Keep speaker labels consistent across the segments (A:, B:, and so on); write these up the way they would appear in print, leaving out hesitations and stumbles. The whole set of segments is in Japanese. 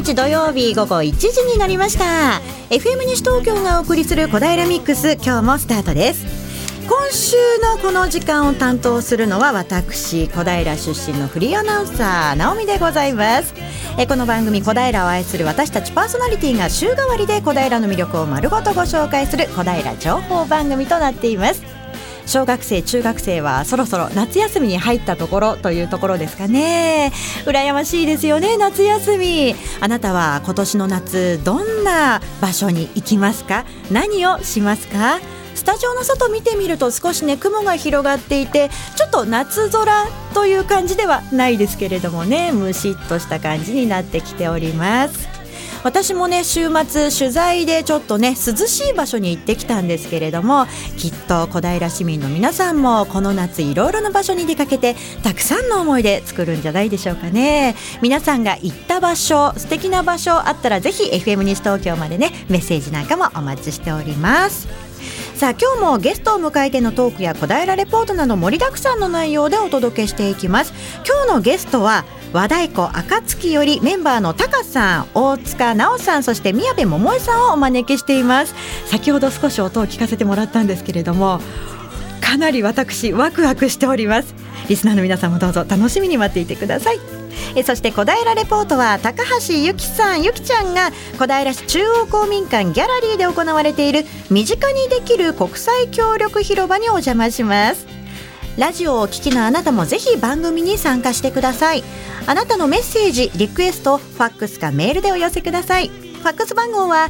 A: 日土曜日午後1時になりました。 FM 西東京がお送りする小平ミックス、今日もスタートです。今週のこの時間を担当するのは私、小平出身のフリーアナウンサー直美でございます。この番組、小平を愛する私たちパーソナリティが週替わりで小平の魅力を丸ごとご紹介する小平情報番組となっています。小学生中学生はそろそろ夏休みに入ったところというところですかね。羨ましいですよね、夏休み。あなたは今年の夏どんな場所に行きますか？何をしますか？スタジオの外見てみると少しね、雲が広がっていて、ちょっと夏空という感じではないですけれどもね、ムシッとした感じになってきております。私もね、週末取材でちょっとね、涼しい場所に行ってきたんですけれども、きっと小平市民の皆さんもこの夏いろいろな場所に出かけてたくさんの思い出作るんじゃないでしょうかね。皆さんが行った場所、素敵な場所あったらぜひ FM 西東京までね、メッセージなんかもお待ちしております。さあ、今日もゲストを迎えてのトークや小平レポートなど盛りだくさんの内容でお届けしていきます。今日のゲストは和太鼓暁よりメンバーのタカさん、大塚直さん、そして宮部桃江さんをお招きしています。先ほど少し音を聞かせてもらったんですけれども、かなり私ワクワクしております。リスナーの皆さんもどうぞ楽しみに待っていてください。そして小平レポートは高橋由紀さん、ゆきちゃんが小平市中央公民館ギャラリーで行われている身近にできる国際協力広場にお邪魔します。ラジオをお聞きのあなたもぜひ番組に参加してください。あなたのメッセージ、リクエスト、ファックスかメールでお寄せください。ファックス番号は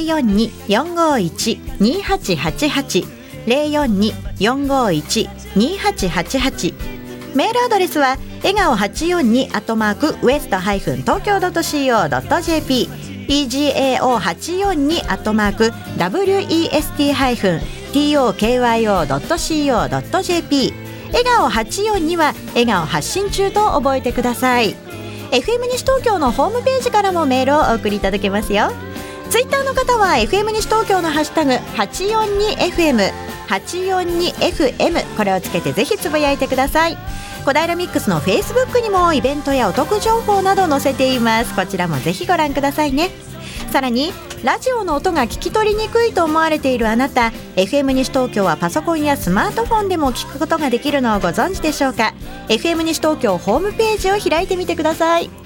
A: 042-451-2888 042-451-2888。メールアドレスは笑顔842@west-tokyo.co.jp egao842@west-tokyo.co.jp 笑顔842は笑顔発信中と覚えてください。 FM 西東京のホームページからもメールをお送りいただけますよ。ツイッターの方は FM 西東京のハッシュタグ 842FM 842FM これをつけてぜひつぶやいてください。小平ミックスの Facebook にもイベントやお得情報など載せています。こちらもぜひご覧くださいね。さらにラジオの音が聞き取りにくいと思われているあなた、 FM 西東京はパソコンやスマートフォンでも聞くことができるのをご存知でしょうか。 FM 西東京ホームページを開いてみてください。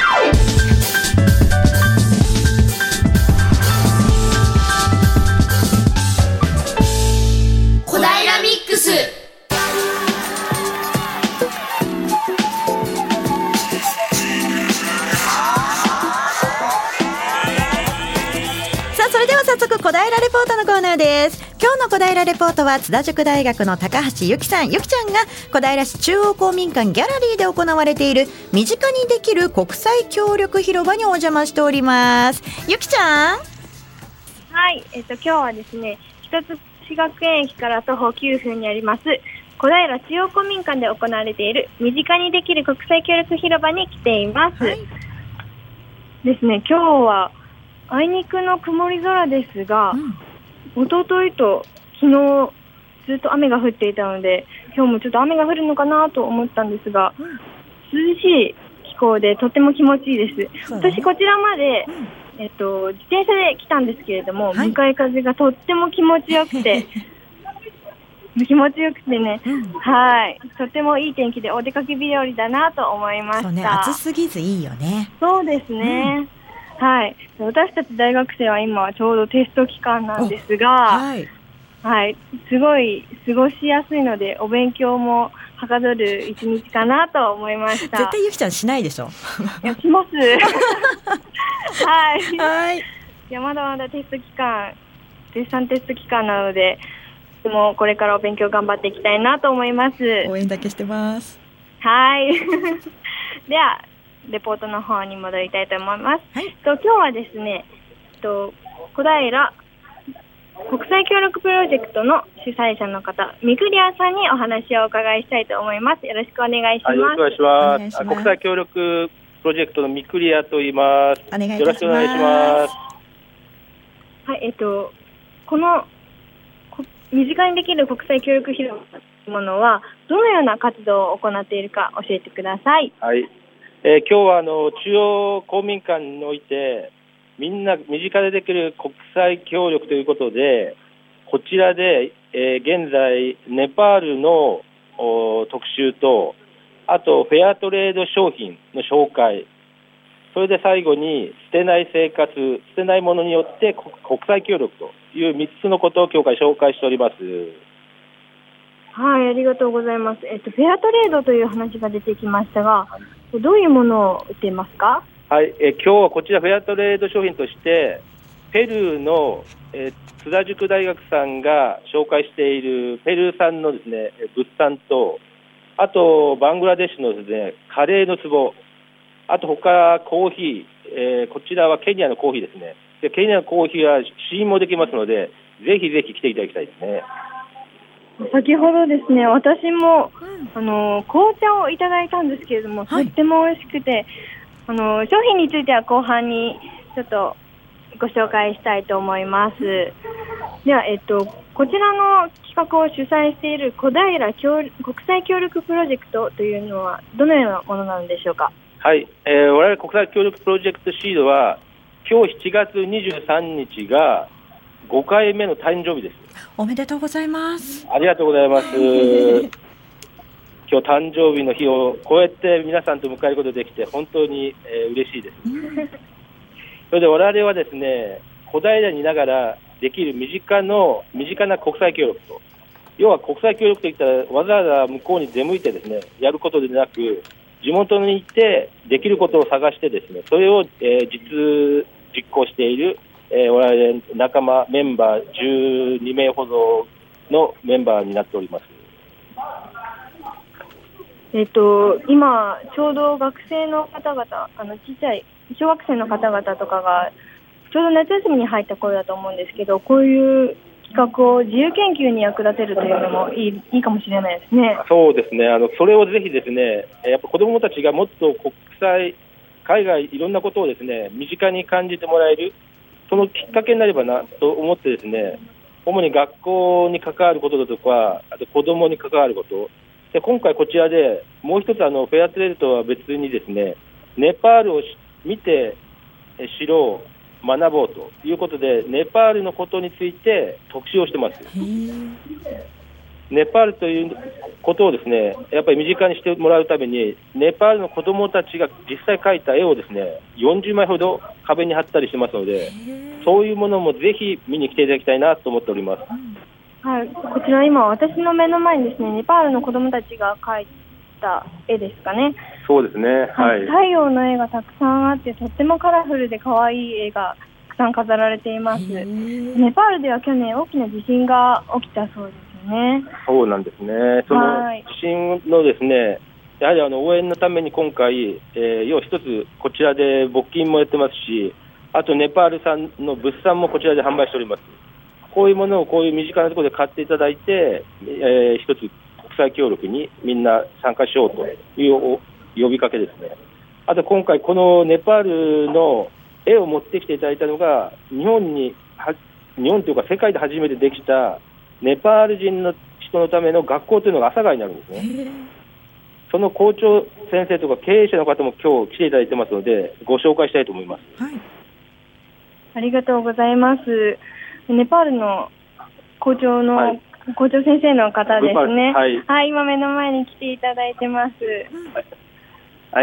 B: 小平ミックス。
A: それでは早速小平レポートのコーナーです。今日の小平レポートは津田塾大学の高橋由紀さん、ゆきちゃんが小平市中央公民館ギャラリーで行われている身近にできる国際協力広場にお邪魔しております。ゆきちゃん。
C: はい、今日はですね、一つ市学園駅から徒歩9分にあります小平中央公民館で行われている身近にできる国際協力広場に来ています、はい、ですね。今日はあいにくの曇り空ですが、一昨日と昨日ずっと雨が降っていたので、今日もちょっと雨が降るのかなと思ったんですが、涼しい気候でとても気持ちいいです。私こちらまで、自転車で来たんですけれども、向かい風がとっても気持ちよくて気持ちよくてね、はい、とてもいい天気でお出かけ日和だなと思いました。
A: そうね、暑すぎずいいよね。
C: そうですね、はい、私たち大学生は今ちょうどテスト期間なんですが、はいはい、すごい過ごしやすいのでお勉強もはかどる一日かなと思いました。
A: 絶対ゆきちゃんしないでしょ。
C: いや、しますはい、
A: はい、
C: いや、まだまだテスト期間、絶賛テスト期間なので、でもこれからお勉強頑張っていきたいなと思います。
A: 応援だけしてます。
C: はいではレポートの方に戻りたいと思います、はい、今日はですね、小平国際協力プロジェクトの主催者の方、ミクリアさんにお話をお伺いしたいと思います。よろしくお願いします。
D: よろしくお願いします。国際協力プロジェクトのミクリアと言います。
A: お願いいたします。
D: よろしくお願いします。
C: はい、この身近にできる国際協力広場というものはどのような活動を行っているか教えてください。
D: はい、 今日は中央公民館においてみんな身近でできる国際協力ということで、こちらで、現在ネパールの特集と、あとフェアトレード商品の紹介、それで最後に捨てない生活、捨てないものによって国際協力という3つのことを今日から紹介しております。
C: はい、ありがとうございます。フェアトレードという話が出てきましたが、どういうものを売っていますか？
D: はい、今日はこちらフェアトレード商品としてペルーの、津田塾大学さんが紹介しているペルー産のですね物産と、あとバングラデシュのですねカレーの壺、あと他コーヒー、こちらはケニアのコーヒーですね。でケニアのコーヒーは試飲もできますので、ぜひぜひ来ていただきたいですね。
C: 先ほどですね、私も、紅茶をいただいたんですけれども、とっても美味しくて、商品については後半にちょっとご紹介したいと思います。では、こちらの企画を主催している小平国際協力プロジェクトというのはどのようなものなのでしょうか？
D: はい、我々国際協力プロジェクトシードは今日7月23日が5回目の誕生日です。
A: おめでとうございます。
D: ありがとうございます。今日誕生日の日をこうやって皆さんと迎えることができて本当に、嬉しいです。それで我々はですね、小平にいながらできる身近な国際協力と、要は国際協力といったらわざわざ向こうに出向いてですねやることでなく、地元に行ってできることを探してですね、それを、実行している、我々仲間メンバー12名ほどのメンバーになっております。
C: 今ちょうど学生の方々、小さい小学生の方々とかがちょうど夏休みに入った頃だと思うんですけど、こういう企画を自由研究に役立てるというのもいいかもしれないですね。そうですね。
D: それをぜひですね、やっぱ子どもたちがもっと海外いろんなことをですね身近に感じてもらえる、そのきっかけになればなと思ってですね、主に学校に関わることだとか、あと子どもに関わることで、今回こちらでもう一つフェアトレードとは別にですね、ネパールを見て知ろう、学ぼうということでネパールのことについて特集をしてます。ネパールということをですねやっぱり身近にしてもらうために、ネパールの子どもたちが実際描いた絵をですね40枚ほど壁に貼ったりしてますので、そういうものもぜひ見に来ていただきたいなと思っております。
C: はい、こちら今私の目の前にですね、ネパールの子どもたちが描いた絵ですかね。
D: そうですね、はい、
C: 太陽の絵がたくさんあって、とってもカラフルで可愛い絵がたくさん飾られています。ネパールでは去年大きな地震が起きたそうですね。
D: そうなんですね。その地震のですね、やはり応援のために今回、要一つこちらで募金もやってますし、あとネパール産の物産もこちらで販売しております。こういうものをこういう身近なところで買っていただいて、一つ国際協力にみんな参加しようという呼びかけですね。あと今回このネパールの絵を持ってきていただいたのが、日本というか世界で初めてできたネパール人の人のための学校というのが阿佐ヶ谷になるんですね。その校長先生とか経営者の方も今日来ていただいてますので、ご紹介したいと思います。
C: はい、ありがとうございます。ネパールの校長先生の方ですね。はい、今目の前に来ていただいてます。
E: はい、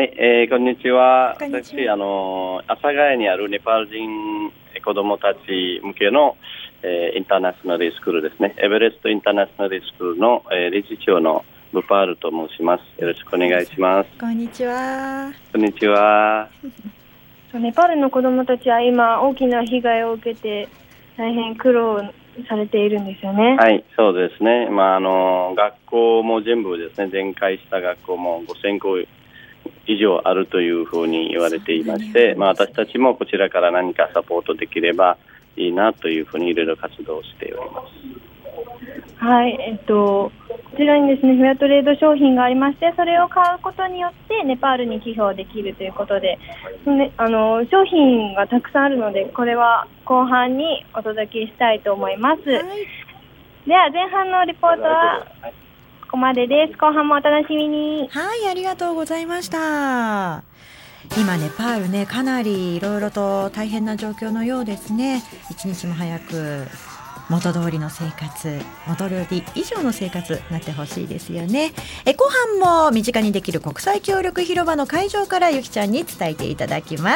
E: こんにちは。私、阿佐ヶ谷にあるネパール人子どもたち向けの、インターナショナルスクールですね。エベレストインターナショナルスクールの、理事長のブパールと申します。よろしくお願いします。
A: こんにちは。
E: こんにちは。
C: ネパールの子どもたちは今大きな被害を受けて大変苦労されているんですよね。
E: はい、そうですね。学校も全部ですね、全壊した学校も5000校以上あるというふうに言われていまして、私たちもこちらから何かサポートできればいいなというふうにいろいろ活動しております。
C: はい、こちらにですね、フェアトレード商品がありまして、それを買うことによってネパールに寄付をできるということで、商品がたくさんあるので、これは後半にお届けしたいと思います。では前半のリポートはここまでです。後半もお楽しみに。
A: はい、ありがとうございました。今ネパールね、かなりいろいろと大変な状況のようですね。一日も早く元通りの生活、元通り以上の生活になってほしいですよね。後半も身近にできる国際協力広場の会場からゆきちゃんに伝えていただきます。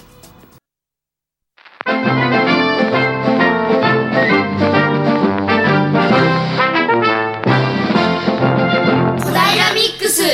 B: 小平ミックス。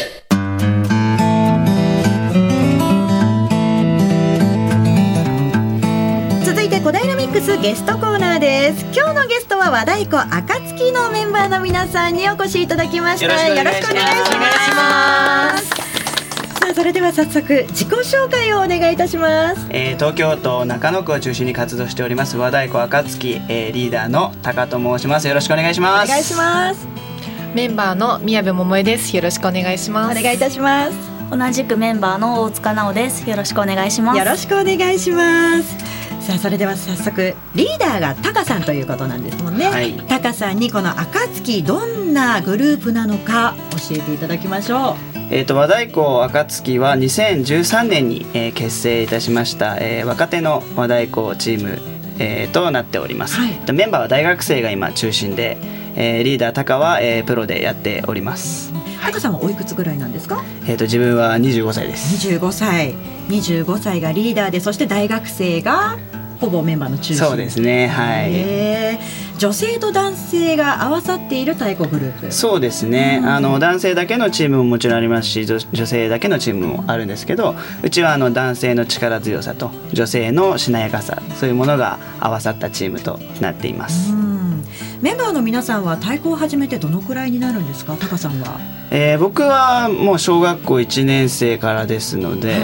A: 続いて小平ミックスゲストコーナーです。今日のゲストは和太鼓暁のメンバーの皆さんにお越しいただきました。よろしくお願いします。さあ、それでは早速自己紹介をお願いいたします。
F: 東京都中野区を中心に活動しております和太鼓暁、リーダーの高と申します。よろしくお願いします。
A: お願いします。
G: メンバーの宮部桃江です。よろしくお願いします。
A: お願いいたします。
H: 同じくメンバーの大塚奈緒です。よろしくお願いします。
A: よろしくお願いします。さあ、それでは早速リーダーがタカさんということなんですもんね、はい、タカさんにこの暁どんなグループなのか教えていただきましょう。
F: 和太鼓暁は2013年に、結成いたしました、若手の和太鼓チーム、となっております、はい、メンバーは大学生が今中心で、リーダータカは、プロでやっております。
A: タカさんはおいくつぐらいなんですか？
F: 自分は25歳です。
A: 25歳がリーダーで、そして大学生がほぼメンバーの中心。
F: そうですね、はい。
A: 女性と男性が合わさっている太鼓グループ。
F: そうですね、男性だけのチームももちろんありますし、女性だけのチームもあるんですけど、うちは男性の力強さと女性のしなやかさ、そういうものが合わさったチームとなっています。
A: メンバーの皆さんは太鼓を始めてどのくらいになるんですか？タカさんは。
F: 僕はもう小学校1年生からですので、はい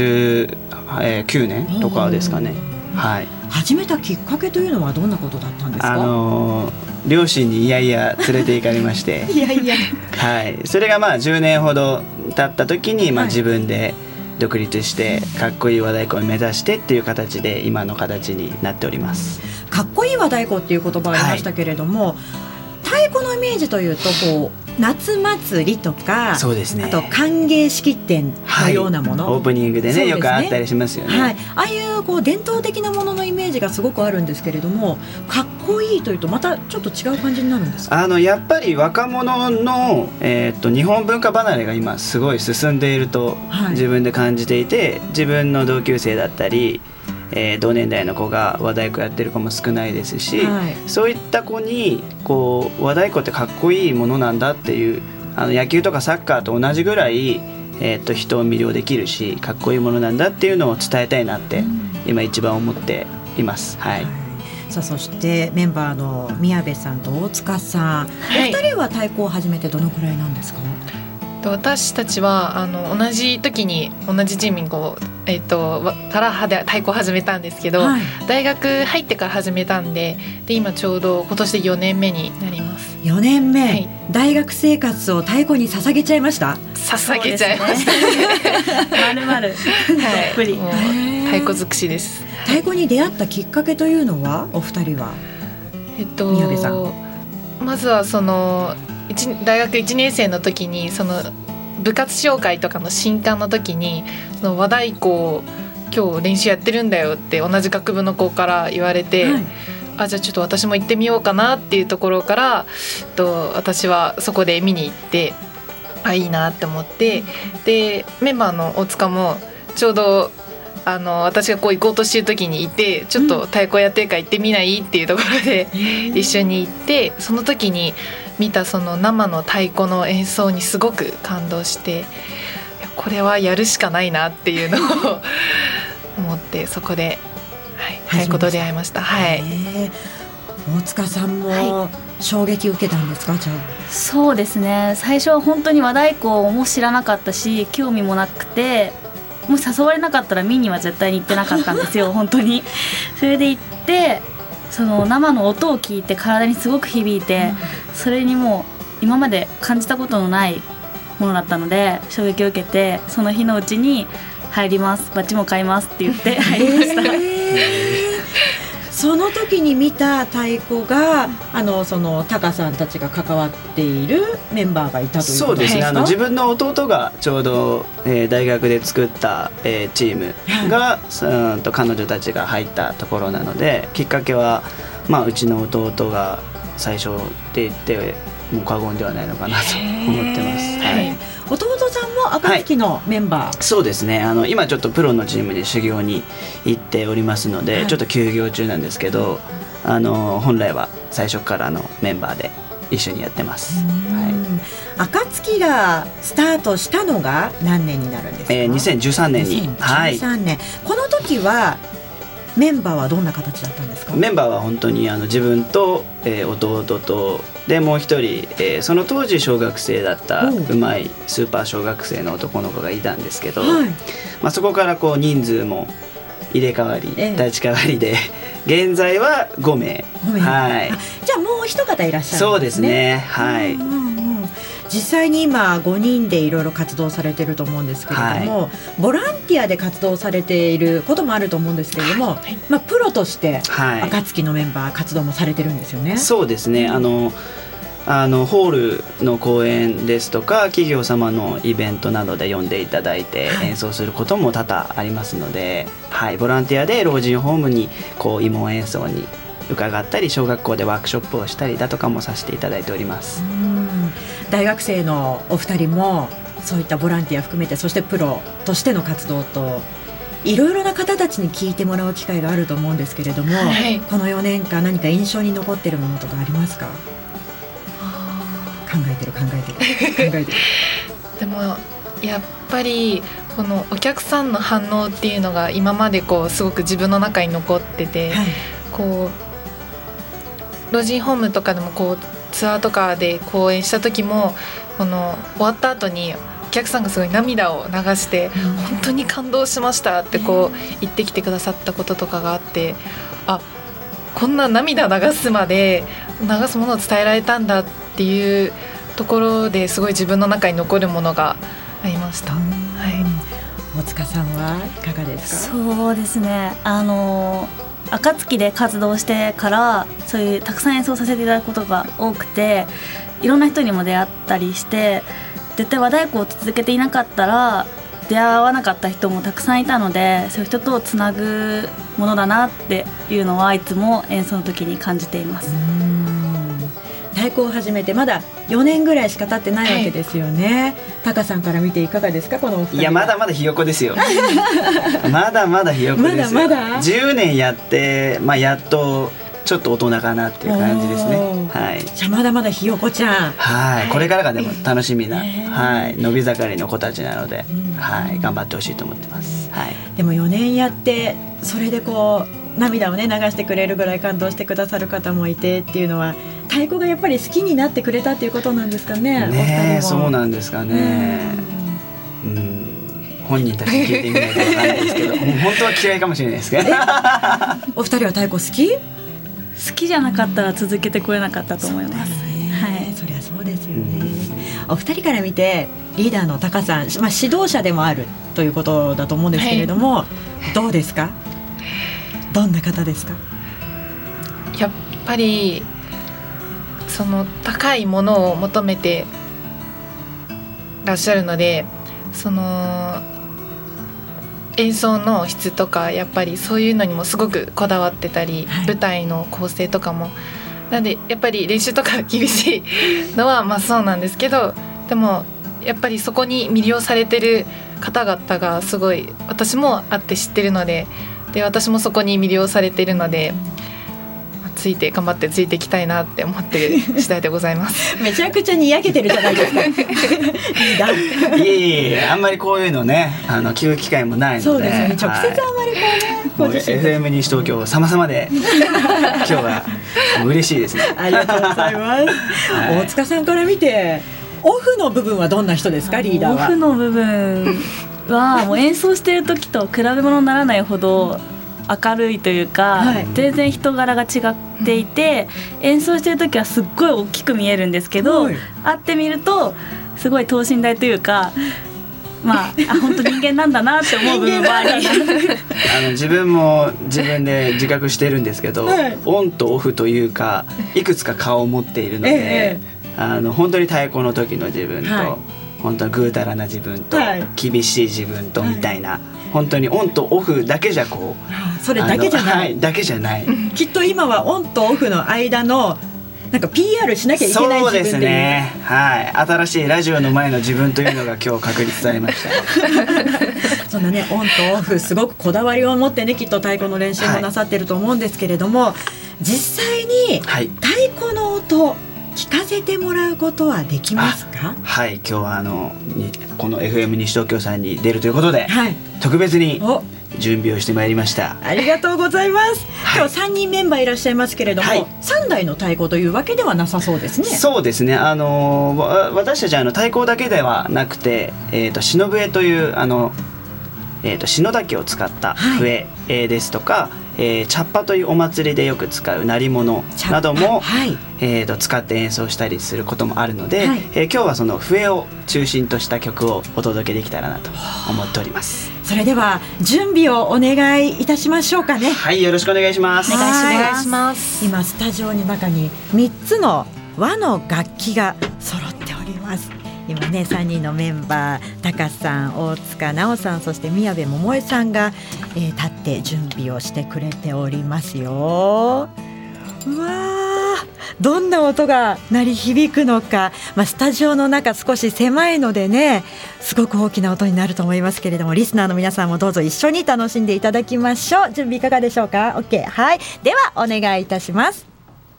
F: 、19年とかですかね。はい、
A: 始めたきっかけというのはどんなことだったんですか？
F: 両親にいやいや連れて行かれまして
A: いやいや、
F: はい、それが10年ほど経った時に、自分で独立してかっこいい和太鼓を目指してっていう形で今の形になっております。
A: かっこいい和太鼓っていう言葉がありましたけれども、太鼓のイメージというとこう夏祭りとか、
F: そうですね、
A: あと歓迎式典のようなもの、
F: オープニングで ね、よくあったりしますよね、
A: はい、ああいうこう伝統的なもののイメージがすごくあるんですけれども、かっこいいというとまたちょっと違う感じになるんですか？
F: やっぱり若者の、日本文化離れが今すごい進んでいると自分で感じていて、自分の同級生だったり同年代の子が和太鼓やってる子も少ないですし、そういった子にこう和太鼓ってかっこいいものなんだっていう、野球とかサッカーと同じぐらい、人を魅了できるしかっこいいものなんだっていうのを伝えたいなって、今一番思っています、はい。
A: さあ、そしてメンバーの宮部さんと大塚さん、お二人は太鼓を始めてどのくらいなんですか？
G: 私たちは同じ時に同じチームにタラハで太鼓を始めたんですけど、大学入ってから始めたんで、今ちょうど今年で4年目になります。
A: 4年目、大学生活を太鼓に捧げちゃいました？
G: 捧げちゃいましたね。
H: 丸々どっぷり、
G: 太鼓尽くしです。
A: 太鼓に出会ったきっかけというのは、お二人は？宮部さん。
G: まずは大学1年生の時に部活紹介とかの新刊の時に和太鼓を今日練習やってるんだよって同じ学部の子から言われて、じゃあちょっと私も行ってみようかなっていうところから、私はそこで見に行って、いいなって思って、でメンバーの大塚もちょうど私が行こうとしてる時にいて、ちょっと太鼓やってるから行ってみないっていうところで一緒に行って、その時に見た生の太鼓の演奏にすごく感動して、これはやるしかないなっていうのを思って、そこで、太鼓と出会いました。
A: 大塚さんも衝撃受けたんですか？じゃあ。
H: そうですね、最初は本当に和太鼓も知らなかったし興味もなくて、もし誘われなかったら見には絶対に行ってなかったんですよ本当に。それで行って、生の音を聞いて体にすごく響いて、それにもう今まで感じたことのないものだったので衝撃を受けて、その日のうちに入ります、バッジも買いますって言って入りました。
A: その時に見た太鼓がそのタカさんたちが関わっているメンバーがいたということですか？
F: そうですね、自分の弟がちょうど、大学で作った、チームが、彼女たちが入ったところなので、きっかけは、うちの弟が最初って言ってもう過言ではないのかなと思ってます。はい、
A: 弟さんも暁のメンバー、
F: そうですね、今ちょっとプロのチームに修行に行っておりますので、ちょっと休業中なんですけど、本来は最初からのメンバーで一緒にやってます。
A: 暁がスタートしたのが何年になるんですか
F: ？2013年に。
A: 2013年、この時はメンバーはどんな形だったんですか？
F: メンバーは本当に自分と、弟とでもう一人、その当時小学生だったうまいスーパー小学生の男の子がいたんですけど、そこからこう人数も入れ替わり、立ち替わりで現在は5名。はい、
A: じゃあもう一方いらっしゃるんですね。
F: そうですね、はい。
A: 実際に今5人でいろいろ活動されていると思うんですけれども、ボランティアで活動されていることもあると思うんですけれども、プロとして暁のメンバー活動もされてるんですよね。
F: そうですね、ホールの公演ですとか企業様のイベントなどで呼んでいただいて演奏することも多々ありますので、ボランティアで老人ホームにこう慰問演奏に伺ったり、小学校でワークショップをしたりだとかもさせていただいております。
A: 大学生のお二人もそういったボランティア含めて、そしてプロとしての活動といろいろな方たちに聞いてもらう機会があると思うんですけれども、この4年間何か印象に残っているものとかありますか？考えてる
G: でもやっぱりこのお客さんの反応っていうのが今までこうすごく自分の中に残ってて、こう老人ホームとかでもこうツアーとかで公演した時も、この終わった後にお客さんがすごい涙を流して本当に感動しましたってこう言ってきてくださったこととかがあって、こんな涙流すまで流すものを伝えられたんだっていうところですごい自分の中に残るものがありました。
A: 大塚さんはいかがですか？
H: そうですね、暁で活動してからそういうたくさん演奏させていただくことが多くて、いろんな人にも出会ったりして、絶対和太鼓を続けていなかったら出会わなかった人もたくさんいたので、そういう人とつなぐものだなっていうのはいつも演奏の時に感じています。
A: 太鼓を始めてまだ4年ぐらいしか経ってないわけですよね。タカさんから見ていかがですか、このお二人。
F: いや、まだまだひよこですよまだまだひよこですよ。
A: まだ
F: 10年やって、やっとちょっと大人かなっていう感じですね。
A: じゃあまだまだひよこちゃん、
F: これからがでも楽しみな、伸び盛りの子たちなので、頑張ってほしいと思ってます。
A: でも4年やってそれでこう涙をね流してくれるぐらい感動してくださる方もいてっていうのは、太鼓がやっぱり好きになってくれたっていうことなんですかね。お二人も
F: そうなんですかね。本人たちに聞いてみないと分からないですけど本当は嫌いかもしれないですけど
A: お二人は太鼓好き？
H: 好きじゃなかったら続けてこれなかったと思います。
A: そりゃそうですよね。お二人から見てリーダーのタカさん、指導者でもあるということだと思うんですけれども、どうですか？どんな方ですか？
G: やっぱりその高いものを求めてらっしゃるので、その演奏の質とかやっぱりそういうのにもすごくこだわってたり、舞台の構成とかもなんでやっぱり練習とか厳しいのはそうなんですけど、でもやっぱりそこに魅了されてる方々がすごい私もあって知ってるので、私もそこに魅了されているので、頑張ってついていきたいなって思ってる次第でございます
A: めちゃくちゃにやけてるじゃないですか
F: いえあんまりこういうのね聞く機会もないので。
A: そうですね、直接あんまりこうね、
F: FM 西東京様々で今日は嬉しいですね
A: ありがとうございます大塚さんから見てオフの部分はどんな人ですか？リーダーは。
H: オフの部分はもう演奏してる時と比べ物にならないほど明るいというか、全然人柄が違っていて、演奏してる時はすっごい大きく見えるんですけど、会ってみるとすごい等身大というか、 本当人間なんだなって思う部分もあり
F: 自分も自分で自覚してるんですけど、オンとオフというかいくつか顔を持っているので、本当に太鼓の時の自分と、本当にぐうたらな自分と、厳しい自分とみたいな、本当にオンとオフだけじゃ
A: それだけじゃない、
F: だけじゃない
A: きっと今はオンとオフの間のなんか PR しなきゃいけない自分でいう。
F: そうですね、新しいラジオの前の自分というのが今日確立されました
A: そんなね、オンとオフすごくこだわりを持ってね、きっと太鼓の練習もなさってると思うんですけれども、実際に太鼓の音聞かせてもらうことはできますか？
F: はい、今日はこの FM 西東京さんに出るということで、特別に準備をしてまいりました。
A: ありがとうございます。今日3人メンバーいらっしゃいますけれども、3台の太鼓というわけではなさそうですね。
F: そうですね、私たち太鼓だけではなくて、篠笛という篠竹を使った笛ですとか、茶っ葉というお祭りでよく使う鳴り物なども、使って演奏したりすることもあるので、今日はその笛を中心とした曲をお届けできたらなと思っております。
A: それでは準備をお願いいたしましょうかね。
F: はい、よろしくお願いします。
H: お願いします。
A: 今スタジオの中に3つの和の楽器が揃っております。今ね、3人のメンバー、高さん、大塚奈緒さん、そして宮部桃江さんが、立って準備をしてくれておりますよ。うわー、どんな音が鳴り響くのか、スタジオの中少し狭いのでね、すごく大きな音になると思いますけれども、リスナーの皆さんもどうぞ一緒に楽しんでいただきましょう。準備いかがでしょうか？ OK、はい、ではお願いいたします。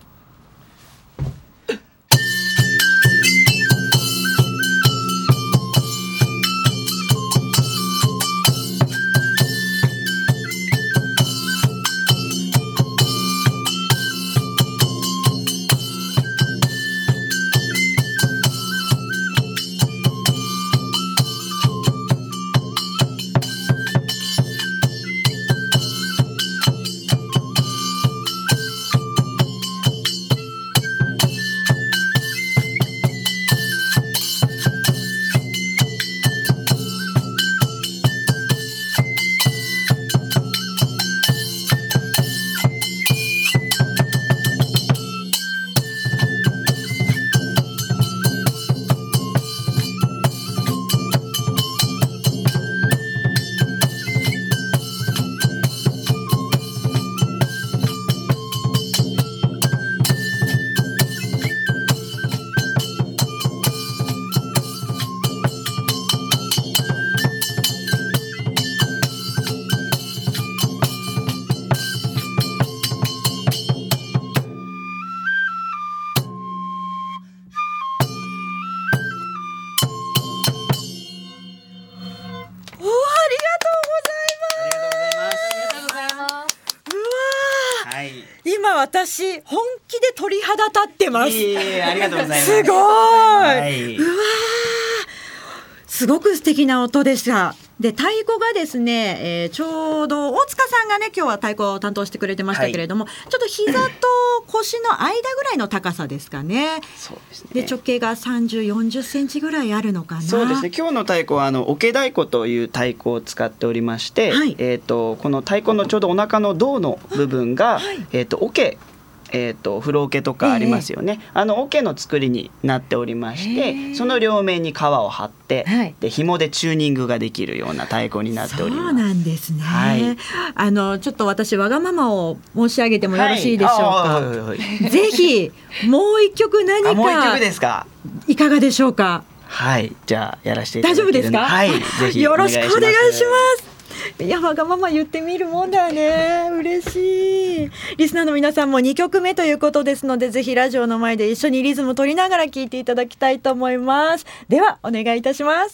A: 私本気で鳥肌立ってます。
F: ありがとうございます。
A: すごい、うわすごく素敵な音でした。で、太鼓がですね、ちょうど大塚さんがね、今日は太鼓を担当してくれてましたけれども、ちょっと膝と腰の間ぐらいの高さですかね。
F: そうですね。
A: で、直径が30、40センチぐらいあるのかな。
F: そうですね。今日の太鼓は桶太鼓という太鼓を使っておりまして、この太鼓のちょうどお腹の胴の部分が、桶、風呂桶とかありますよね、桶の作りになっておりまして、その両面に革を張って、で紐でチューニングができるような太鼓になっております。
A: そうなんですね、ちょっと私わがままを申し上げてもよろしいでしょうか、ぜひもう一曲何か、
F: もう一曲ですか、
A: いかがでしょうか。
F: はい、じゃあやらせていただきます。
A: 大丈夫ですか。
F: はい、ぜひ
A: よろしくお願いします。いや、わがまま言ってみるもんだね。嬉しい。リスナーの皆さんも2曲目ということですので、ぜひラジオの前で一緒にリズム取りながら聴いていただきたいと思います。ではお願いいたします。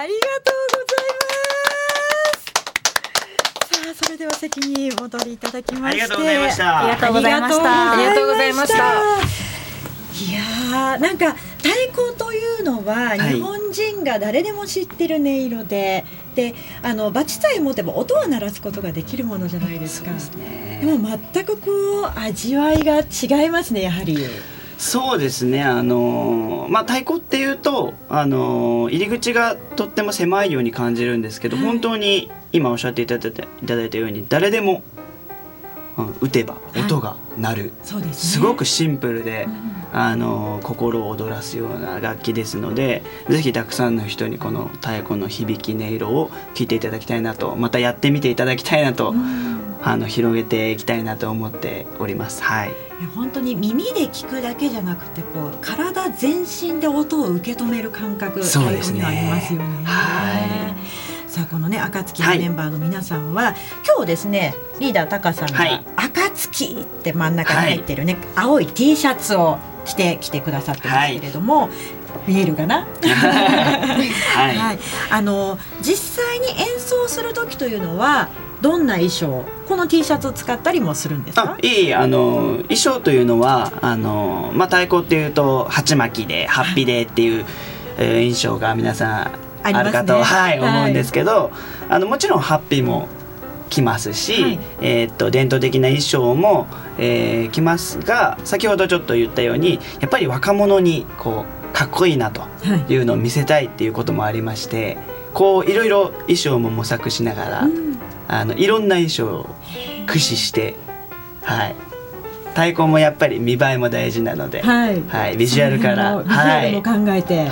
A: ありがとうございます。さあそれでは席に戻りいただきまして、
F: ありがとうございました。
H: ありがとうございました。
G: ありがとうございました。
A: いやー、なんか太鼓というのは日本人が誰でも知ってる音色で、でバチさえ持てば音は鳴らすことができるものじゃないですか。でも全くこう味わいが違いますね、やはり。
F: そうですね、太鼓っていうと入り口がとっても狭いように感じるんですけど、本当に今おっしゃっていただいたように誰でも、打てば音が鳴る、
A: そうですね、
F: すごくシンプルで、心を躍らすような楽器ですので、ぜひたくさんの人にこの太鼓の響き音色を聴いていただきたいなと、またやってみていただきたいなと、広げていきたいなと思っております。はい、
A: 本当に耳で聞くだけじゃなくてこう体全身で音を受け止める感覚、太鼓にはありますよね。さあこのね暁のメンバーの皆さんは、今日ですねリーダータカさんが暁って真ん中に入ってるね、青い T シャツをしてきてくださってますけれども、見えるかな実際に演奏する時というのはどんな衣装、この T シャツを使ったりもするんですか？
F: 衣装というのは太鼓っていうと鉢巻きでハッピーでっていう、印象が皆さんあるかと、思うんですけど、もちろんハッピーも着ますし、伝統的な衣装も、着ますが、先ほどちょっと言ったようにやっぱり若者にこうかっこいいなというのを見せたいっていうこともありまして、こういろいろ衣装も模索しながら、いろんな衣装を駆使して、太鼓もやっぱり見栄えも大事なので、ビジュアルから
A: ビジュアルも考えて、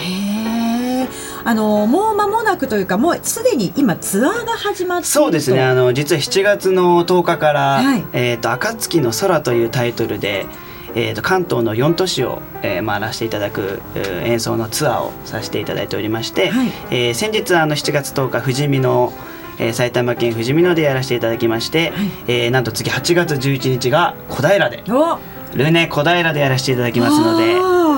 A: もう間もなくというか、もうすでに今ツアーが始まっていると。
F: そうですね、実は7月の10日から「暁の空」というタイトルで、関東の4都市を、回らせていただく演奏のツアーをさせていただいておりまして、先日7月10日富士見の埼玉県富士見野でやらせていただきまして、なんと次8月11日が小平でルネ小平でやらせていただきますので、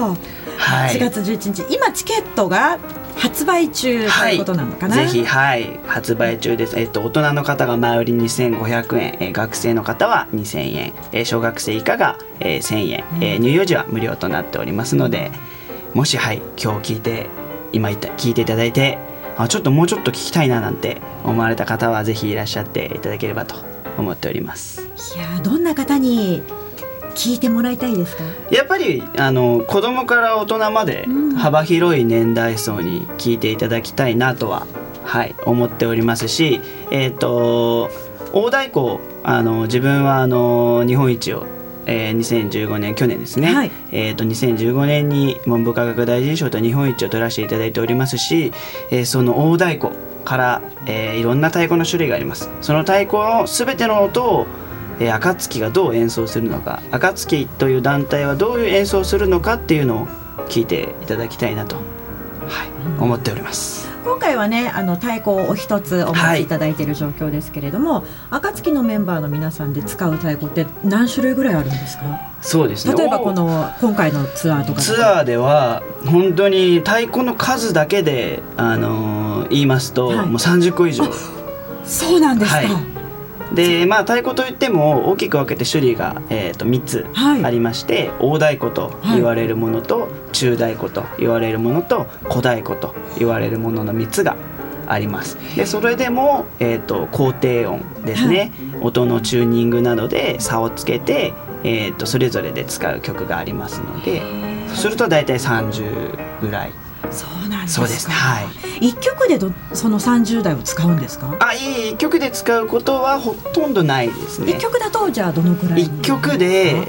A: 8月11日、今チケットが発売中ということなのかな。
F: ぜひ、発売中です。大人の方が前売り2500円、学生の方は2000円、小学生以下が、1000円、入場時は無料となっておりますので、もし今日聞いていただいて、ちょっともうちょっと聞きたいななんて思われた方はぜひいらっしゃっていただければと思っております。
A: いや、どんな方に聞いてもらいたいですか？
F: やっぱり子供から大人まで幅広い年代層に聞いていただきたいなとは、思っておりますし、大太鼓自分は日本一を2015年去年ですね、2015年に文部科学大臣賞と日本一を取らせていただいておりますし、その大太鼓から、いろんな太鼓の種類があります。その太鼓の全ての音を暁がどう演奏するのか、暁という団体はどういう演奏をするのかっていうのを聞いていただきたいなと、思っております。
A: 今回はね太鼓をお一つお持ちいただいている状況ですけれども、暁のメンバーの皆さんで使う太鼓って何種類ぐらいあるんですか？
F: そうですね、
A: 例えば今回のツアーとか
F: ツアーでは本当に太鼓の数だけで、言いますと、もう30個以上。
A: そうなんですか。
F: で太鼓といっても大きく分けて種類が、3つありまして、大太鼓と言われるものと、中太鼓と言われるものと、小太鼓と言われるものの3つがあります。でそれでも、高低音ですね、音のチューニングなどで差をつけて、それぞれで使う曲がありますので、そうすると大体30ぐらい。
A: そうなんですか。
F: そうですね、
A: 1曲でその30台を使うんですか
F: ？1曲で使うことはほとんどないですね。
A: 1曲だとじゃあどのくらい
F: ？1曲で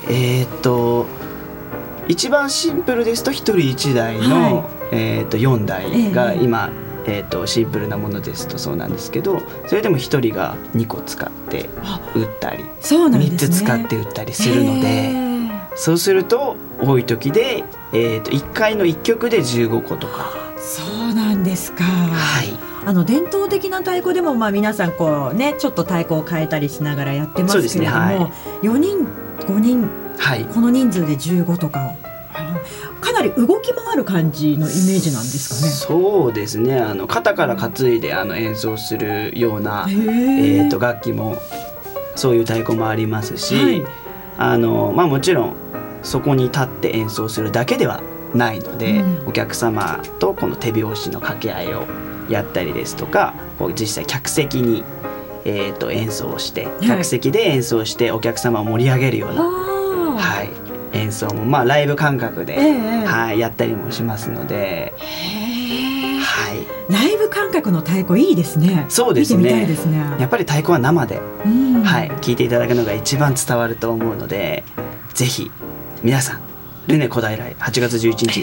F: 一番シンプルですと1人1台の、4台が今、シンプルなものですとそうなんですけど、それでも1人が2個使って打ったり、3つ使って打ったりするので、そうすると多い時で、1回の1曲で15個とか。
A: そうなんですか。伝統的な太鼓でも皆さんこうねちょっと太鼓を変えたりしながらやってますけれども、4人5人、この人数で15とかかなり動き回る感じのイメージなんですかね。
F: そうですね、肩から担いで演奏するような、楽器もそういう太鼓もありますし、はい、もちろんそこに立って演奏するだけではないので、お客様とこの手拍子の掛け合いをやったりですとか、こう実際客席に、演奏して、客席で演奏してお客様を盛り上げるような、はい、演奏もライブ感覚で、はい、やったりもしますので、はい、
A: ライブ感覚の太鼓いいですね。
F: そうですね、
A: 見てみたいですね。
F: やっぱり太鼓は生で、はい、聴いていただくのが一番伝わると思うので、ぜひ皆さんルネ小平8月11日です。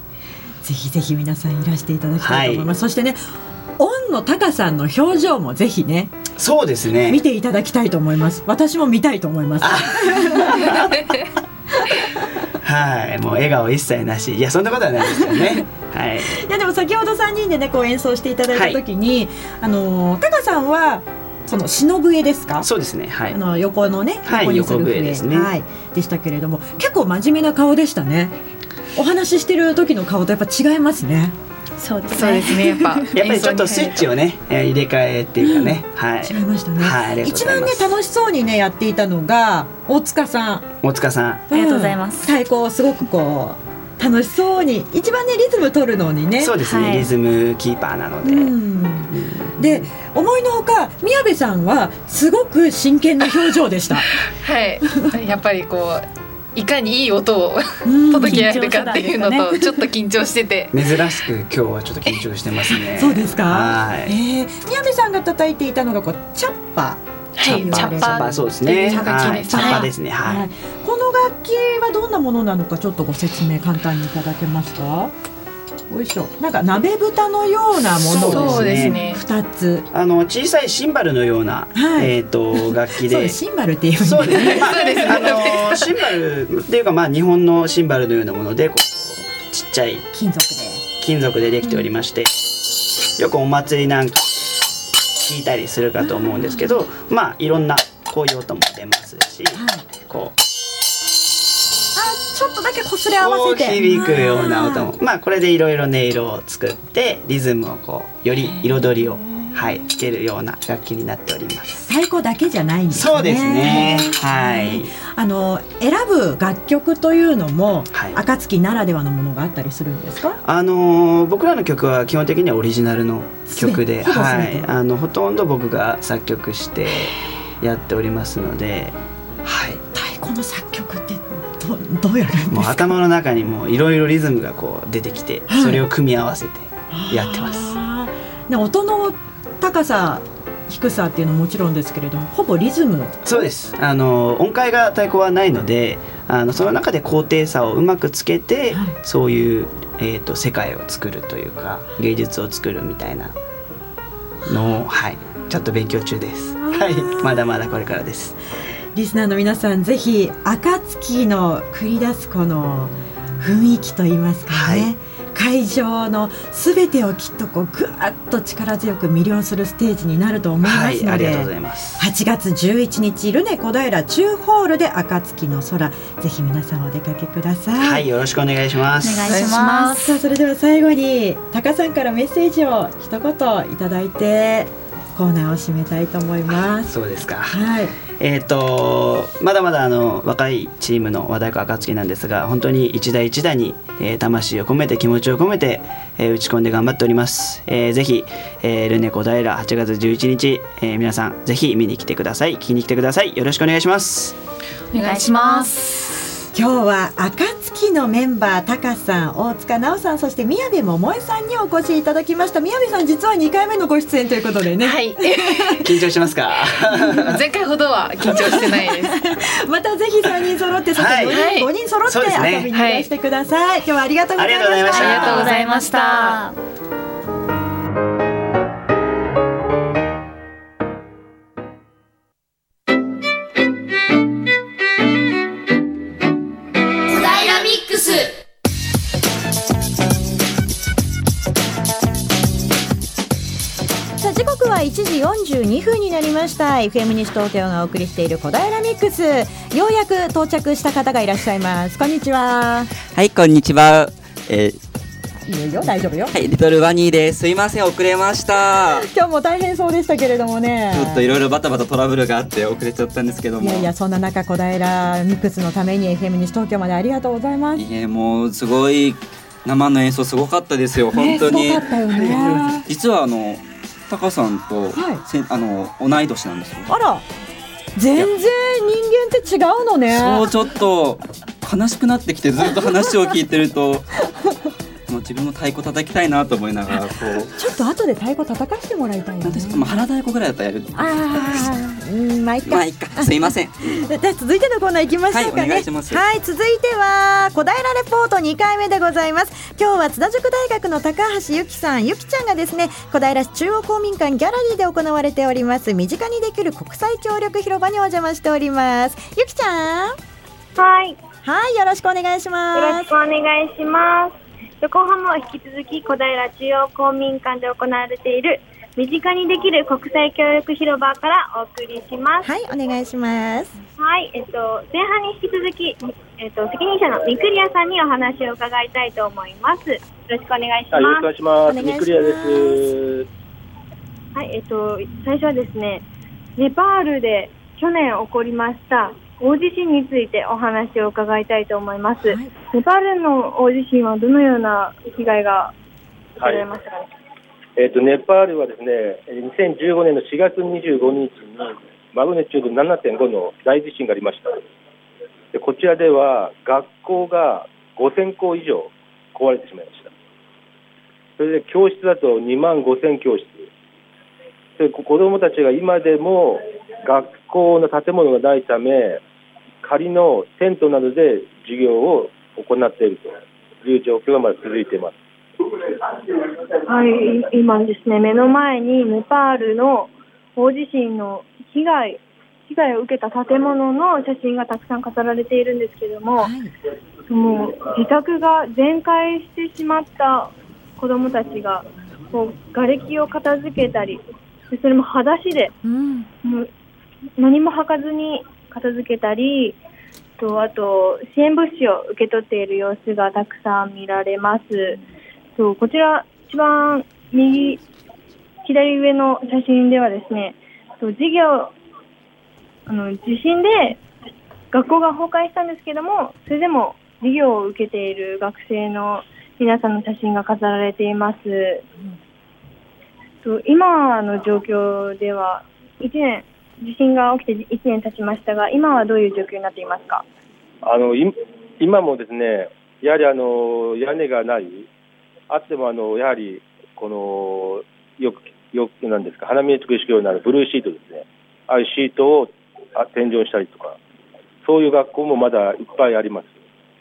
A: ぜひぜひ皆さんいらしていただきたいと思います、はい、そしてね、オンのタカさんの表情もぜひね、
F: そうですね、
A: 見ていただきたいと思います。私も見たいと思います。
F: はい、もう笑顔一切なし。いや、そんなことはないですよね。はい。
A: いやでも先ほど3人でねこう演奏していただいた時に、はい、タカさんはその篠笛ですか？
F: そうですね。はい。
A: 横のね、
F: はい、
A: 横にする笛ですね。はい。でしたけれども、結構真面目な顔でしたね。お話ししてる時の顔とやっぱ違いますね。
H: そうですね。
G: やっぱ
F: りちょっとスイッチをね、入れ替えっていうかね、はい、
A: 違いましたね。
F: はい、
A: 一番ね楽しそうにねやっていたのが大塚さん。
F: ありが
H: とうございます。
A: 太鼓をすごくこう楽しそうに、一番ねリズム取るのにね。
F: そうですね、はい、リズムキーパーなので。
A: で、思いのほか宮部さんはすごく真剣な表情でした。
G: はい、やっぱりこう。いかにいい音を届けられるかっていうのとちょっと緊張してて、
F: 珍しく今日はちょっと緊張してますね。
A: そうですか。
F: はい。
A: 宮部さんが叩いていたのがこうチャッパ。
G: はい、チャッパ
F: そうですね。
G: チャ
F: ッパですね。はい。
A: この楽器はどんなものなのかちょっとご説明簡単にいただけますか？よいしょ。なんか鍋豚のようなものですね。2つ。
F: 小さいシンバルのような、はい、楽器で。
A: そうシンバルっていう。
F: そうですね。シンバルっていうか日本のシンバルのようなものでこうちっちゃい金属でできておりまして、よくお祭りなんか弾いたりするかと思うんですけど、いろんなこういう音も出ますし、はい、こう。
A: ちょっとだけこすれ合わせて
F: 響くような音も、これでいろいろ音色を作ってリズムをこうより彩りをつけるような楽器になっております。
A: 太鼓だけじゃないんですね。
F: そうですね。はい。
A: 選ぶ楽曲というのも、暁ならではのものがあったりするんですか？
F: 僕らの曲は基本的にはオリジナルの曲で、はい、ほとんど僕が作曲してやっておりますので、はい。
A: 太鼓の作曲ってどうやるんですか？
F: もう頭の中にもいろいろリズムがこう出てきて、それを組み合わせてやってます。
A: 音の高さ低さっていうのももちろんですけれども、ほぼリズム。
F: そうです。音階が太鼓はないので、その中で高低差をうまくつけて、はい、そういう、世界を作るというか芸術を作るみたいなのを、はい、ちょっと勉強中です。はい、まだまだこれからです。
A: リスナーの皆さん、ぜひ暁の繰り出すこの雰囲気といいますかね、はい、会場のすべてをきっとこうぐわっと力強く魅了するステージになると思いますので、
F: はい、ありがとうございます。
A: 8月11日ルネ小平中ホールで暁の空、ぜひ皆さんお出かけください。
F: はい、よろしくお願いします。
H: お願いします。
A: さあ、それでは最後にタカさんからメッセージを一言いただいてコーナーを締めたいと思います。
F: そうですか。
A: はい。
F: まだまだ若いチームの和太鼓暁なんですが、本当に一打一打に、魂を込めて気持ちを込めて、打ち込んで頑張っております。ぜひ、ルネ小平8月11日、皆さんぜひ見に来てください。聞きに来てください。よろしくお願いします。
G: お願いします。
A: 今日は暁のメンバータカさん、大塚直さん、そして宮部桃江さんにお越しいただきました。宮部さん、実は2回目のご出演ということでね。
G: はい。
F: 緊張しますか？
G: 前回ほどは緊張してないです。
A: またぜひ3人揃って、そして5人揃って遊びにいらしてください。今日はありがとうございました。
G: ありがとうございました。
A: 時刻は 1時42分になりました。 FM 西東京がお送りしている小平ミックス、ようやく到着した方がいらっしゃいます。こんにちは。
I: はい、こんにちは。
A: いいよ、大丈夫よ。
I: はい、リトルワニーです。すいません、遅れました。
A: 今日も大変そうでしたけれどもね、
I: ちょっといろいろバタバタトラブルがあって遅れちゃったんですけども。
A: いやいや、そんな中小平ミックスのために FM 西東京までありがとうございます。
I: いえ、もうすごい生の演奏すごかったですよ、本当に。
A: すごかったよね。
I: 実はタカさんと、同い年なんですよ。
A: あら、全然人間って違うのね。
I: そう、ちょっと悲しくなってきて、ずっと話を聞いてるともう自分も太鼓叩きたいなと思いながら、こう
A: ちょっと後で太鼓叩かしてもらいたいな、ね。
I: 腹太鼓ぐらいだったらやる。
A: まあいっか、
I: すいません。
A: じゃあ続いてのコーナー行きましょうかね。
I: はい、お願いします。
A: はい、続いては小平レポート2回目でございます。今日は津田塾大学の高橋ゆきさん、ゆきちゃんがですね、小平市中央公民館ギャラリーで行われております身近にできる国際協力広場にお邪魔しております。ゆきちゃん、
C: はい、
A: よろしくお願いします。
C: よろしくお願いします。後半も引き続き小平中央公民館で行われている身近にできる国際協力広場からお送りします。
A: はい、お願いします。
C: はい、前半に引き続き、責任者のミクリアさんにお話を伺いたいと思います。よろしくお願いします。
D: よろしくお願いします。ミクリアです。
C: はい、最初はですね、ネパールで去年起こりました大地震についてお話を伺いたいと思います。はい、ネパールの大地震はどのような被害が受けられましたかね。
D: ネパールはですね、2015年の4月25日にマグニチュード 7.5 の大地震がありました。でこちらでは学校が5000校以上壊れてしまいました。それで教室だと2万5000教室で、子どもたちが今でも学校の建物がないため仮のテントなどで授業を行っているという状況がまだ続いています。
C: はい、今ですね、目の前にネパールの大地震の被害を受けた建物の写真がたくさん飾られているんですけども、もう自宅が全壊してしまった子どもたちがこう瓦礫を片付けたり、それも裸足で、もう何も履かずに片付けたり、あと支援物資を受け取っている様子がたくさん見られます。こちら一番左上の写真ではですね、地震で学校が崩壊したんですけども、それでも授業を受けている学生の皆さんの写真が飾られています。今の状況では地震が起きて1年経ちましたが、今はどういう状況になっていますか。
D: 今もですね、やはり屋根がない、あってもやはりこのよくなんですか、花見えつく式用になるブルーシートですね、ああいうシートを天井したりとか、そういう学校もまだいっぱいあります。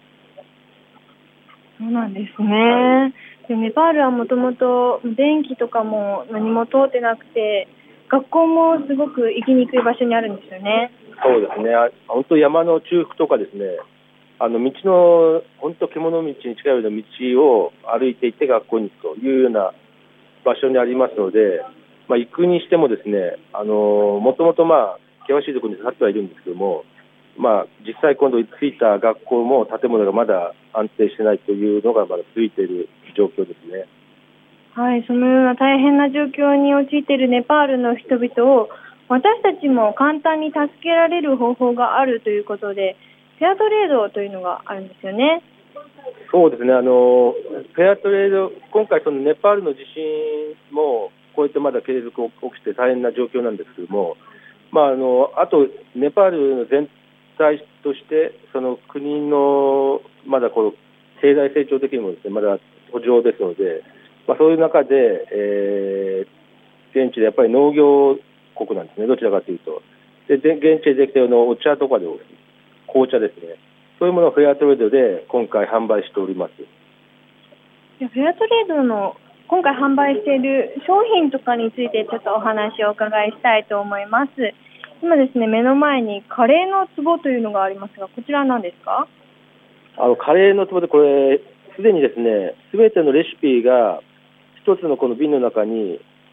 C: そうなんですね。でネパールはもともと電気とかも何も通ってなくて、学校もすごく行きにくい場所にあるんですよね。
D: そうですね、本当山の中腹とかですね、道の本当獣道に近いような道を歩いていって学校に行くというような場所にありますので、行くにしてもですね、もともと険しいところに立ってはいるんですけども、実際今度着いた学校も建物がまだ安定してないというのがまだ続いている状況ですね。
C: はい、そのような大変な状況に陥っているネパールの人々を私たちも簡単に助けられる方法があるということで、フェアトレードというのがあるんですよね。
D: そうですね、フェアトレード、今回そのネパールの地震もこうやってまだ継続起きて大変な状況なんですけども、あとネパールの全体としてその国のまだこの経済成長的にもですね、まだ途上ですので、そういう中で、現地でやっぱり農業国なんですね、どちらかというと。で現地でできたようなお茶とかで紅茶ですね、そういうものをフェアトレードで今回販売しております。
C: フェアトレードの今回販売している商品とかについてちょっとお話をお伺いしたいと思います。今ですね、目の前にカレーの壺というのがありますが、こちらは何ですか。
D: カレーの壺で、これすでにですね、すべてのレシピが一つのこの瓶の中に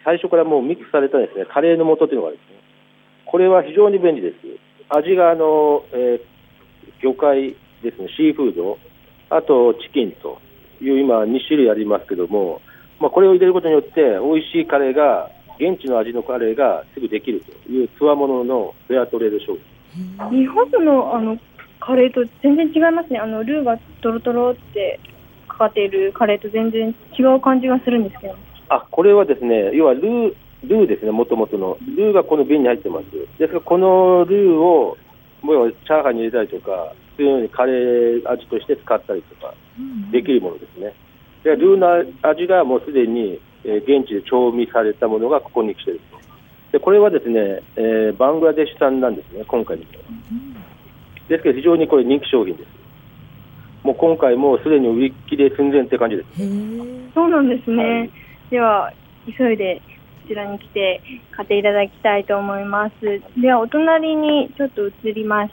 D: 最初からもうミックスされたですね、カレーの素というのがあるんですね。これは非常に便利です。味が魚介ですね、シーフード、あとチキンという今2種類ありますけども、これを入れることによって美味しいカレーが、現地の味のカレーがすぐできるというつわもののフェアトレード商品。
C: 日本のカレーと全然違いますね。ルーがトロトロってかかっているカレーと全然違う感じがするんですけど。
D: これはですね、要はルーですね、もともとのルーがこの瓶に入ってます。ですからこのルーをもうチャーハンに入れたりとか、そういうようにカレー味として使ったりとかできるものですね。でルーの味がもうすでに現地で調味されたものがここに来ていると。でこれはですね、バングラデシュ産なんですね、今回の。ですけど非常にこれ人気商品です。もう今回もすでに売り切れ寸前って感じです。
C: そうなんですね。では急いでこちらに来て買っていただきたいと思います。ではお隣にちょっと移りまして、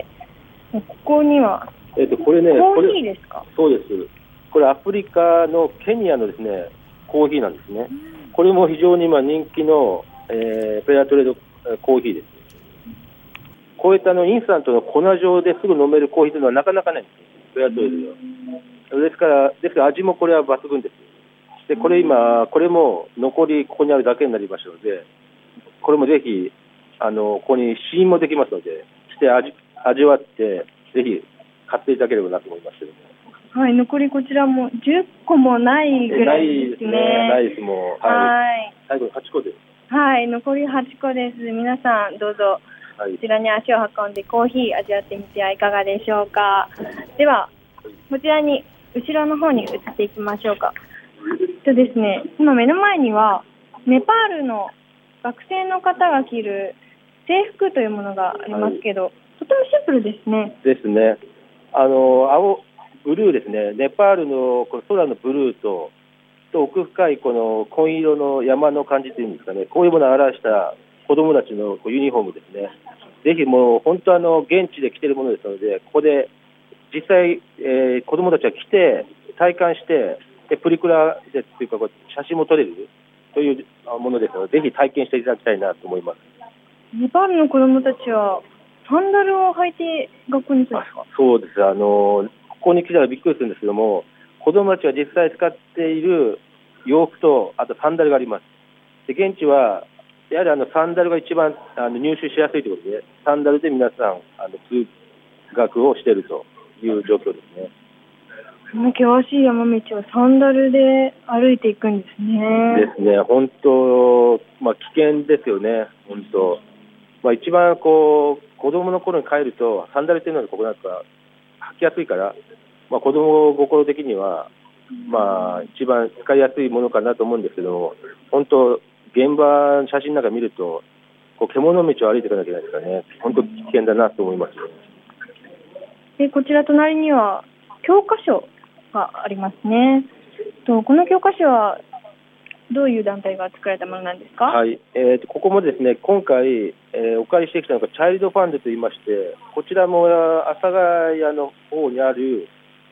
C: ここには、
D: これね、
C: コーヒーですか？
D: そうです。これアフリカのケニアのですねコーヒーなんですね。これも非常に今人気の、フェアトレードコーヒーです。こういったインスタントの粉状ですぐ飲めるコーヒーというのはなかなかないんです。フェアトレードでは。ですから味もこれは抜群です。でこれも残りここにあるだけになりましたので、これもぜひここに試飲もできますので、して味わってぜひ買っていただければなと思いますけども。
C: はい、残りこちらも10個もないぐらいですね。
D: ないですもう。はい。最後に8個です。
C: はい、残り8個です。皆さんどうぞこちらに足を運んでコーヒー味わってみてはいかがでしょうか。ではこちらに後ろの方に移っていきましょうか。ですね、今目の前にはネパールの学生の方が着る制服というものがありますけど、とてもシンプルですね。
D: ですね。ブルーですね。ネパールのこの空のブルーと奥深いこの紺色の山の感じというんですかね。こういうものを表した子どもたちのユニフォームですね。ぜひもう本当現地で着ているものですので、ここで実際、子どもたちが来て体感してプリクラでというか写真も撮れるというものですので、ぜひ体験していただきたいなと思います。
C: ネパールの子どもたちはサンダルを履いて学校に行くんですか？そうです。
D: ここに来たらびっくりするんですけども、子どもたちが実際使っている洋服とあとサンダルがあります。で現地はやはりサンダルが一番入手しやすいということで、サンダルで皆さん通学をしているという状況ですね。
C: この険しい山道をサンダルで歩いていくんですね。
D: ですね。本当、危険ですよね。本当。一番子供の頃に帰るとサンダルっていうのはここなんか履きやすいから、子供心的には一番使いやすいものかなと思うんですけども、本当現場の写真なんか見ると獣道を歩いていかなきゃいけないですからね。本当危険だなと思います。
C: でこちら隣には教科書がありますね。この教科書はどういう団体が作られたものなんですか？
D: はい、ここもですね、今回、お借りしてきたのがチャイルドファンドといいまして、こちらも阿佐ヶ谷の方にある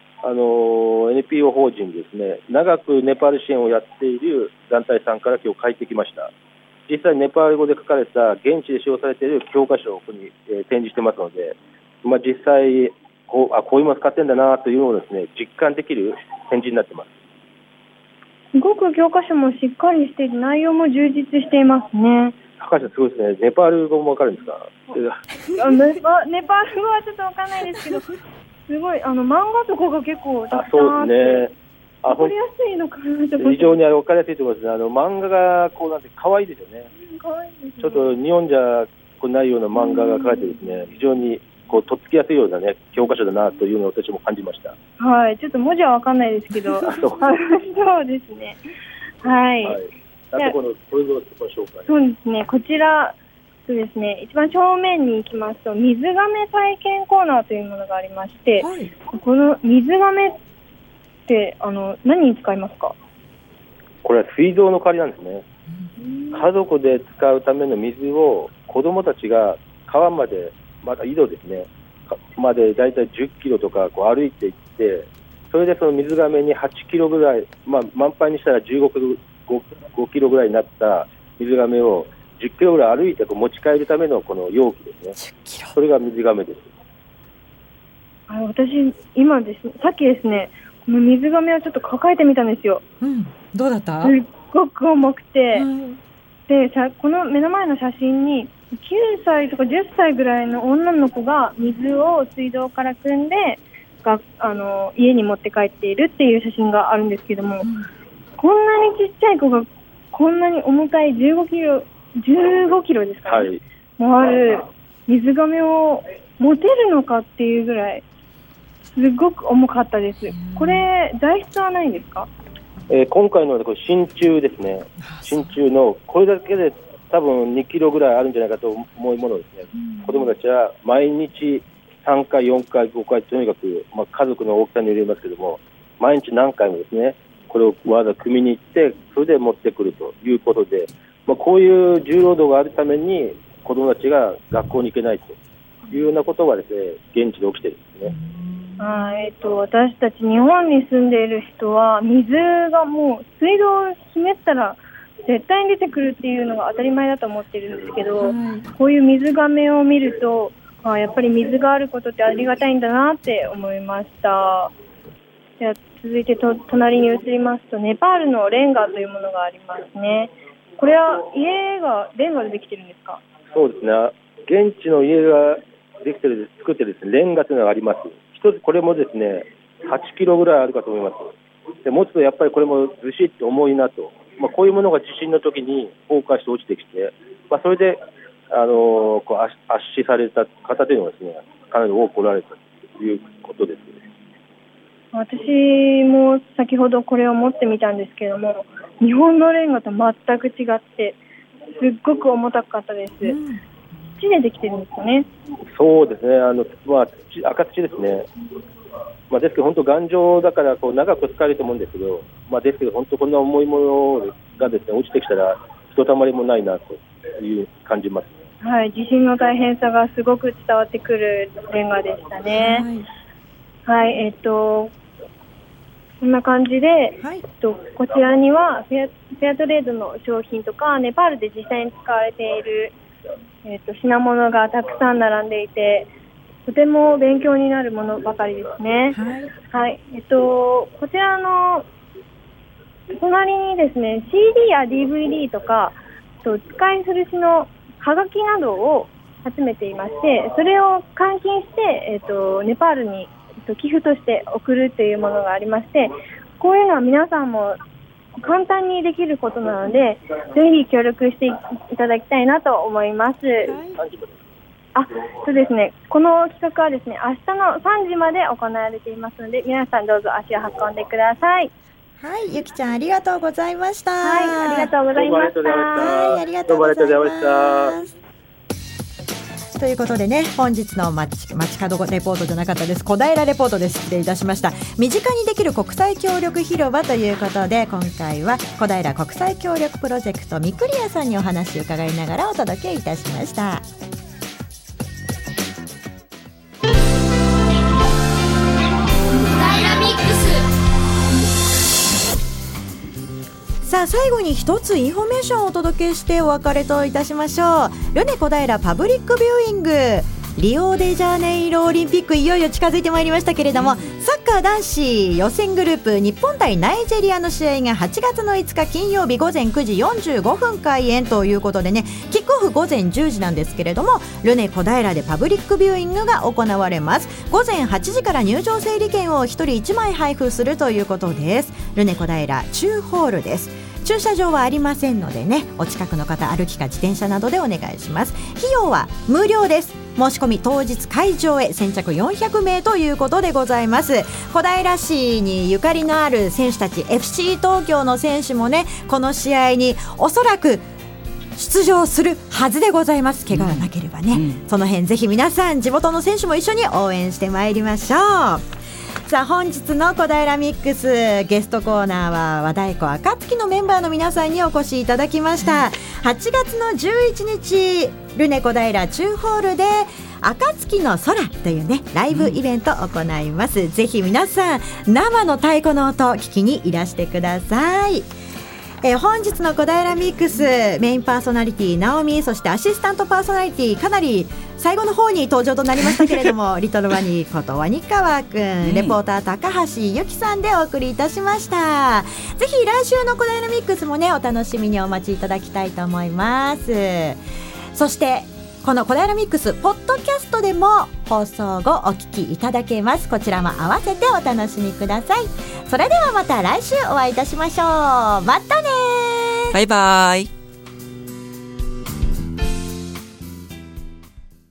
D: NPO 法人ですね、長くネパール支援をやっている団体さんから今日帰ってきました。実際ネパール語で書かれた現地で使用されている教科書をここに、展示してますので、実際こういうもの使ってるんだなというのをですね、実感できる展示になっています。
C: すごく教科書もしっかりしていて内容も充実していますね。
D: 高橋さんすごいですね。ネパール語もわかるんですか？
C: ネパール語はちょっとわかんないですけど、すごい漫画とかが結構たくさんあって、わかりやすいのかなと思って。
D: 非常にわかりやすいと思いますね。漫画がなんて可愛いですよね。
C: 可愛いですね。
D: ちょっと日本じゃないような漫画が描かれてですね、非常にとっつきやすいようなね教科書だなというのを私も感じました。
C: はい、ちょっと文字はわかんないですけど、そうですね。はい。
D: あとこの紹介。
C: そうですね。こちらですね、一番正面に行きますと水亀体験コーナーというものがありまして、はい、この水亀って何に使いますか？
D: これは水道の代わりなんですね。家族で使うための水を子どもたちが川まで井戸ですねまでだいたい10キロとか歩いていって、それでその水がめに8キロぐらい、満杯にしたら15キロ 5キロぐらいになった水亀を10キロぐらい歩いて持ち帰るためのこの容器ですね。それが水亀です。
C: 私今ですね、さっきですね、この水亀をちょっと抱えてみたんですよ。
A: どうだった？
C: すっごく重くて、でこの目の前の写真に9歳とか10歳ぐらいの女の子が水を水道から汲んで家に持って帰っているっていう写真があるんですけども、こんなにちっちゃい子がこんなに重たい15キロですかね、もある水亀を持てるのかっていうぐらいすごく重かったです。これ材質はないんですか？
D: 今回のこれ真鍮ですね。真鍮のこれだけで多分2キロぐらいあるんじゃないかと思うものですね。子どもたちは毎日3回、4回、5回とにかく、家族の大きさによりますけども、毎日何回もですね、これをわざ汲みに行ってそれで持ってくるということで、こういう重労働があるために子どもたちが学校に行けないというようなことがですね、現地で起きているんですね。
C: 私たち日本に住んでいる人は水がもう水道をひねったら絶対に出てくるっていうのが当たり前だと思ってるんですけど、こういう水亀を見るとやっぱり水があることってありがたいんだなって思いました。では続いて隣に移りますと、ネパールのレンガというものがありますね。これは家がレンガでできてるんですか？
D: そうですね、現地の家が作ってですね、レンガというのがあります。一つこれもですね8キロぐらいあるかと思います。で持つとやっぱりこれもずしっと重いなと、こういうものが地震の時に崩壊して落ちてきて、それでこう圧死された方というのがですね、かなり多くおられたということです。
C: 私も先ほどこれを持ってみたんですけれども、日本のレンガと全く違ってすっごく重たかったです。土でできてるんですかね？
D: そうですね、赤土ですね。ですけど本当頑丈だから長く使えると思うんですけど、ですけど本当こんな重いものがですね落ちてきたらひとたまりもないなという感じます。
C: 地震の大変さがすごく伝わってくるレンガでしたね。こんな感じで、こちらにはフェアトレードの商品とかネパールで実際に使われている、品物がたくさん並んでいて、とても勉強になるものばかりですね。こちらの隣にですね CD や DVD とか使い古しのハガキなどを集めていまして、それを換金して、ネパールに寄付として送るというものがありまして、こういうのは皆さんも簡単にできることなので、ぜひ協力していただきたいなと思います。そうですね、この企画はですね明日の3時まで行われていますので、皆さんどうぞ足を運んでください。
A: ゆきちゃんありがとうございました。
C: ありがとうございました。
A: ありがとうございます。ということでね、本日の街角レポートじゃなかったです、小平レポートです。失礼いたしました。身近にできる国際協力広場ということで、今回は小平国際協力プロジェクトミクリアさんにお話を伺いながらお届けいたしました。さあ最後に一つインフォメーションをお届けしてお別れといたしましょう。ルネ小平パブリックビューイング、リオデジャネイロオリンピックいよいよ近づいてまいりましたけれども、サッカー男子予選グループ日本対ナイジェリアの試合が8月の5日金曜日午前9時45分開演ということでね、キックオフ午前10時なんですけれども、ルネ小平でパブリックビューイングが行われます。午前8時から入場整理券を1人1枚配布するということです。ルネ小平中ホールです。駐車場はありませんのでね、お近くの方歩きか自転車などでお願いします。費用は無料です。申し込み当日会場へ先着400名ということでございます。小平市にゆかりのある選手たち、 FC 東京の選手もね、この試合におそらく出場するはずでございます。怪我がなければね、その辺ぜひ皆さん地元の選手も一緒に応援してまいりましょう。さあ本日の小平ミックスゲストコーナーは和太鼓暁のメンバーの皆さんにお越しいただきました。8月の11日ルネ小平中ホールで暁の空というねライブイベントを行います。ぜひ皆さん生の太鼓の音聞きにいらしてください。 本日の小平ミックスメインパーソナリティナオミ、そしてアシスタントパーソナリティかなり最後の方に登場となりましたけれどもリトルワニことワニカワくん、レポーター高橋由紀さんでお送りいたしました。ぜひ来週の小平ミックスもねお楽しみにお待ちいただきたいと思います。そしてこの小平ミックスポッドキャストでも放送後お聞きいただけます。こちらも合わせてお楽しみください。それではまた来週お会いいたしましょう。またね、
J: バイバイ。